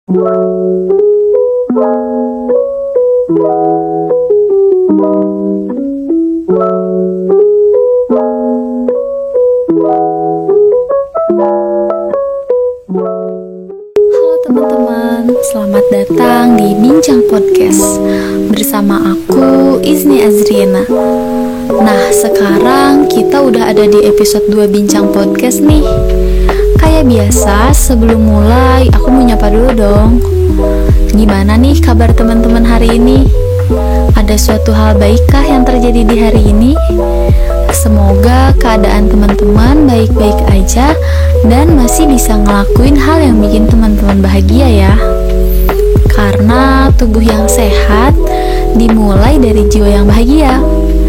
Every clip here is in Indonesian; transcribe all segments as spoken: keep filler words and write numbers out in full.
teman-teman, selamat datang di Bincang Podcast bersama aku, Izni Azriana. Nah, sekarang kita udah ada di episode dua Bincang Podcast nih. Kayak biasa, sebelum mulai aku mau nyapa dulu dong. Gimana nih kabar teman-teman hari ini? Ada suatu hal baikkah yang terjadi di hari ini? Semoga keadaan teman-teman baik-baik aja dan masih bisa ngelakuin hal yang bikin teman-teman bahagia ya. Karena tubuh yang sehat dimulai dari jiwa yang bahagia.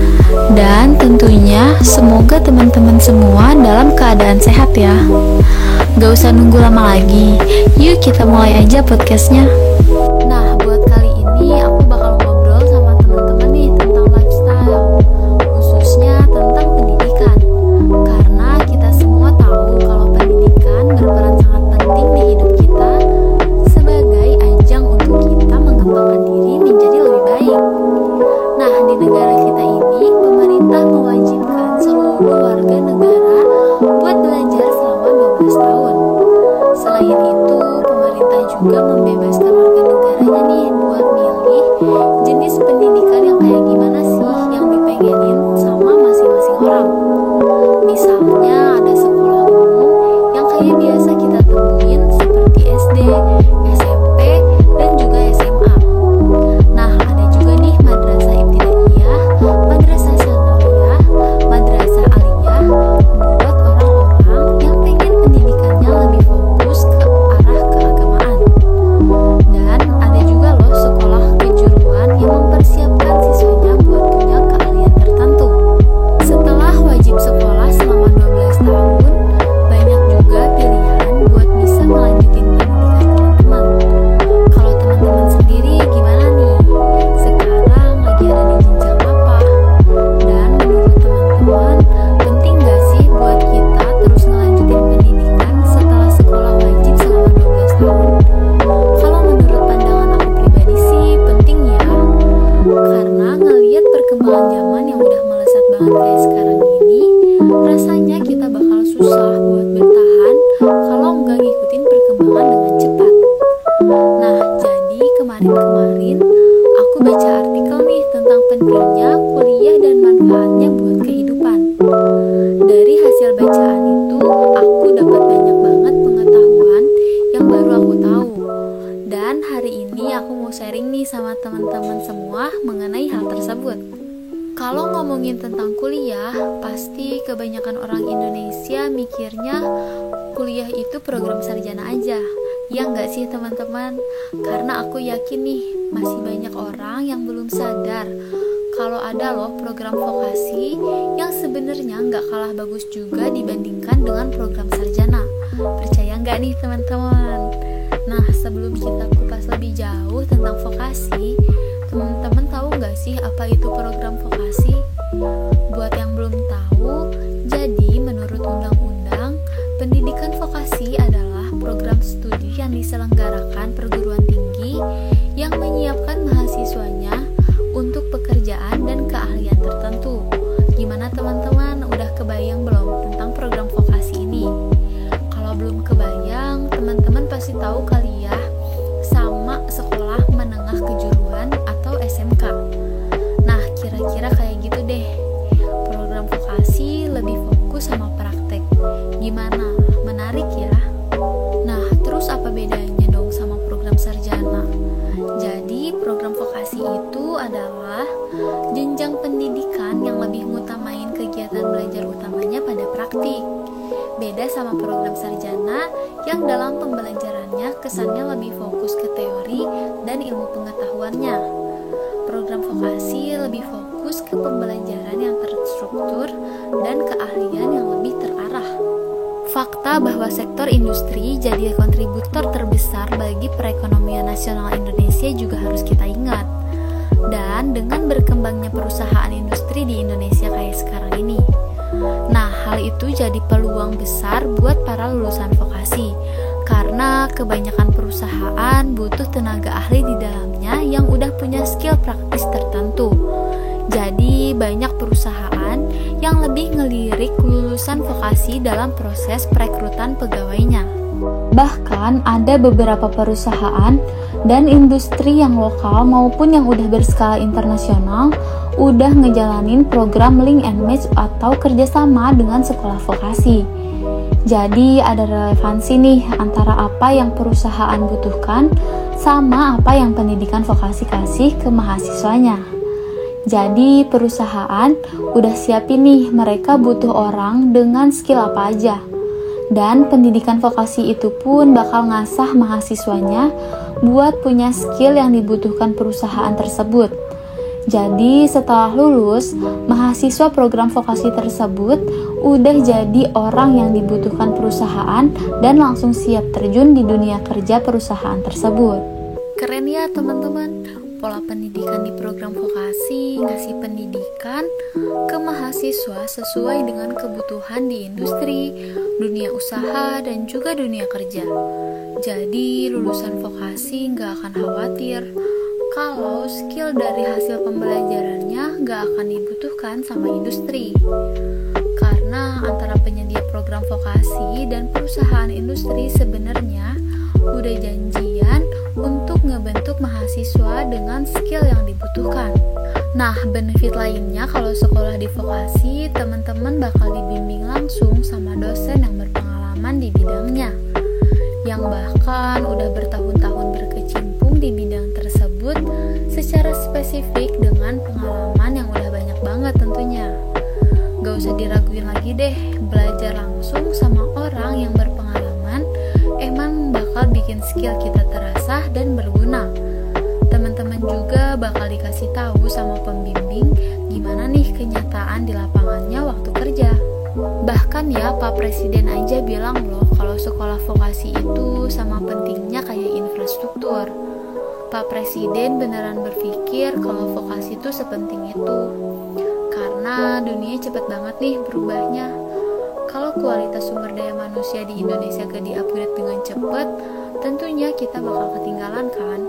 Dan tentunya semoga teman-teman semua dalam keadaan sehat ya. Gak usah nunggu lama lagi, yuk kita mulai aja podcastnya. Nah, buat kali ini aku bakal ngobrol sama teman-teman nih tentang lifestyle, khususnya tentang pendidikan. Karena kita semua tahu kalau pendidikan berperan sangat penting di hidup kita sebagai ajang untuk kita mengembangkan diri menjadi lebih baik. Nah, di negara kita ini, pemerintah mewajibkan seluruh warga negara buat belajar selama dua belas tahun. Selain itu, pemerintah juga membebaskan warga negaranya nih buat milih jenis pendidikan yang kayak gimana sih yang dipengenin sama masing-masing orang. Misalnya ada sekolah umum yang kayak biasa kita temuin seperti S D, S M P, dan juga S M A. Nah, ada juga nih madrasah ibtidaiyah, madrasah sanawiyah, madrasah aliyah buat orang-orang yang pengen pendidikannya lebih fokus ke arah keagamaan. Dan ada juga loh sekolah kejuruan yang mempersiapkan siswanya buat punya keahlian tertentu. Setelah wajib sekolah selama dua belas tahun, banyak juga pilihan buat bisa melanjutin pendidikan teman-teman. Kalau teman-teman sendiri gimana nih? Sekarang lagi ada di jenjang apa? Dan menurut teman-teman, penting gak sih buat kita terus ngelanjutin pendidikan setelah sekolah wajib selama dua belas tahun? Kalau menurut pandangan aku pribadi sih penting ya. Karena ngelihat perkembangan zaman yang udah melesat banget kayak sekarang ini, rasanya kita bakal susah buat bertahan kalau nggak ngikutin perkembangan dengan cepat. Nah, jadi kemarin-kemarin aku baca artikel nih tentang pentingnya kuliah dan manfaatnya buat kehidupan. Dari hasil bacaan itu, aku dapat banyak banget pengetahuan yang baru aku tahu. Dan hari ini aku mau sharing nih sama teman-teman semua mengenai hal tersebut. Kalau ngomongin tentang kuliah, pasti kebanyakan orang Indonesia mikirnya kuliah itu program sarjana aja. Ya nggak sih teman-teman? Karena aku yakin nih, masih banyak orang yang belum sadar kalau ada loh program vokasi yang sebenarnya nggak kalah bagus juga dibandingkan dengan program sarjana. Percaya nggak nih teman-teman? Nah, sebelum kita kupas lebih jauh tentang vokasi, teman-teman tahu nggak sih apa itu program vokasi? Buat yang belum tahu, jadi menurut undang-undang, pendidikan vokasi adalah program studi yang diselenggarakan perguruan tinggi yang menyiapkan mahasiswanya untuk pekerjaan dan keahlian tertentu. Gimana teman-teman, udah kebayang belum tentang program vokasi ini? Kalau belum kebayang, teman-teman pasti tahu kali ya, sama sekolah menengah kejuruan atau S M K. Nah, kira-kira kayak gitu deh. Program vokasi lebih fokus sama praktek. Gimana? Menarik ya? Nah, terus apa bedanya dong sama program sarjana? Jadi, program vokasi itu adalah jenjang pendidikan yang lebih ngutamain kegiatan belajar utamanya pada praktik. Beda sama program sarjana yang dalam pembelajarannya kesannya lebih fokus ke teori dan ilmu pengetahuannya. Program vokasi lebih fokus ke pembelajaran yang terstruktur dan keahlian yang lebih terarah. Fakta bahwa sektor industri jadi kontributor terbesar bagi perekonomian nasional Indonesia juga harus kita ingat. Dan dengan berkembangnya perusahaan industri di Indonesia kayak sekarang ini, nah hal itu jadi peluang besar buat para lulusan vokasi Karena kebanyakan perusahaan butuh tenaga ahli di dalamnya yang udah punya skill praktis tertentu. Jadi banyak perusahaan yang lebih ngelirik lulusan vokasi dalam proses perekrutan pegawainya. Bahkan ada beberapa perusahaan dan industri yang lokal maupun yang udah berskala internasional udah ngejalanin program link and match atau kerjasama dengan sekolah vokasi. Jadi ada relevansi nih antara apa yang perusahaan butuhkan sama apa yang pendidikan vokasi kasih ke mahasiswanya. Jadi perusahaan udah siapin nih mereka butuh orang dengan skill apa aja. Dan pendidikan vokasi itu pun bakal ngasah mahasiswanya buat punya skill yang dibutuhkan perusahaan tersebut. Jadi setelah lulus, mahasiswa program vokasi tersebut udah jadi orang yang dibutuhkan perusahaan dan langsung siap terjun di dunia kerja perusahaan tersebut. Keren ya teman-teman, pola pendidikan di program vokasi ngasih pendidikan ke mahasiswa sesuai dengan kebutuhan di industri, dunia usaha, dan juga dunia kerja. Jadi lulusan vokasi nggak akan khawatir kalau skill dari hasil pembelajarannya nggak akan dibutuhkan sama industri. Karena antara penyedia program vokasi dan perusahaan industri sebenarnya udah janjian untuk ngebentuk mahasiswa dengan skill yang dibutuhkan. Nah, benefit lainnya kalau sekolah di vokasi, teman-teman bakal dibimbing langsung sama dosen yang berpengalaman di bidangnya, yang bahkan udah bertahun-tahun berkecimpung di bidang tersebut secara spesifik dengan pengalaman yang udah banyak banget tentunya. Gak usah diraguin lagi deh, belajar langsung sama orang yang berpengalaman emang bakal bikin skill kita terasah dan berguna. Teman-teman juga bakal dikasih tahu sama pembimbing gimana nih kenyataan di lapangannya waktu kerja. Bahkan ya Pak Presiden aja bilang loh kalau sekolah vokasi itu sama pentingnya kayak infrastruktur. Pak Presiden beneran berpikir kalau vokasi itu sepenting itu. Karena dunia cepet banget nih berubahnya. Kalau kualitas sumber daya manusia di Indonesia gak di-upgrade dengan cepat, tentunya kita bakal ketinggalan kan.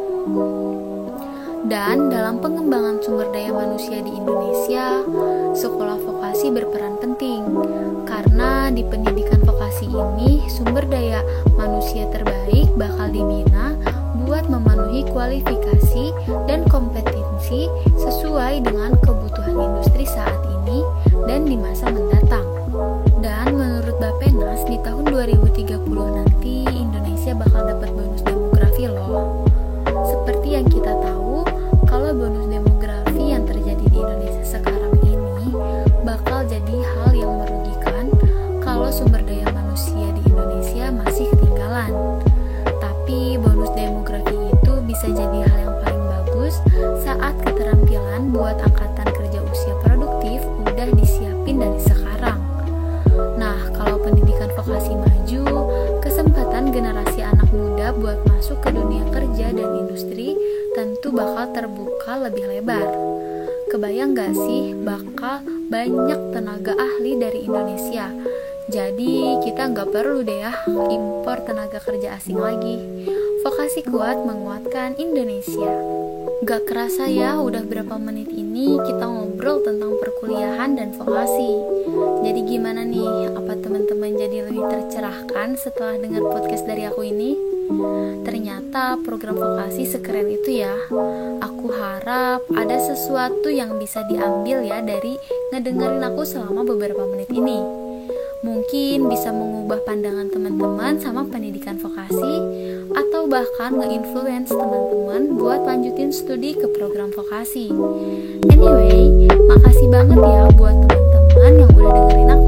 Dan dalam pengembangan sumber daya manusia di Indonesia, sekolah vokasi berperan penting. Karena di pendidikan vokasi ini, sumber daya manusia terbaik bakal dibina buat memenuhi kualifikasi dan kompetensi sesuai dengan kebutuhan industri saat ini dan di masa mendatang. Dan menurut Bappenas, di tahun dua ribu tiga puluh nanti Indonesia bakal dapat bonus demografi loh. Seperti yang kita tahu, kalau bonus demografi yang terjadi di Indonesia sekarang ini bakal jadi hal yang merugikan kalau sumber daya manusia di Indonesia masih ketinggalan. Tapi bonus demografi itu bisa jadi hal yang paling bagus saat keterampilan buat angkatan kerja usia produktif udah disiapin dari sekarang. Nah, kalau pendidikan vokasi maju, kesempatan generasi anak muda buat masuk ke dunia kerja dan industri tentu bakal terbuka lebih lebar. Kebayang gak sih bakal banyak tenaga ahli dari Indonesia? Jadi kita gak perlu deh ya impor tenaga kerja asing lagi. Vokasi kuat menguatkan Indonesia. Gak kerasa ya udah berapa menit ini kita ngobrol tentang perkuliahan dan vokasi. Jadi gimana nih, apa teman-teman jadi lebih tercerahkan setelah dengar podcast dari aku ini? Ternyata program vokasi sekeren itu ya. Aku harap ada sesuatu yang bisa diambil ya dari ngedengerin aku selama beberapa menit ini. Mungkin bisa mengubah pandangan teman-teman sama pendidikan vokasi, atau bahkan nge-influence teman-teman buat lanjutin studi ke program vokasi. Anyway, makasih banget ya buat teman-teman yang udah dengerin aku.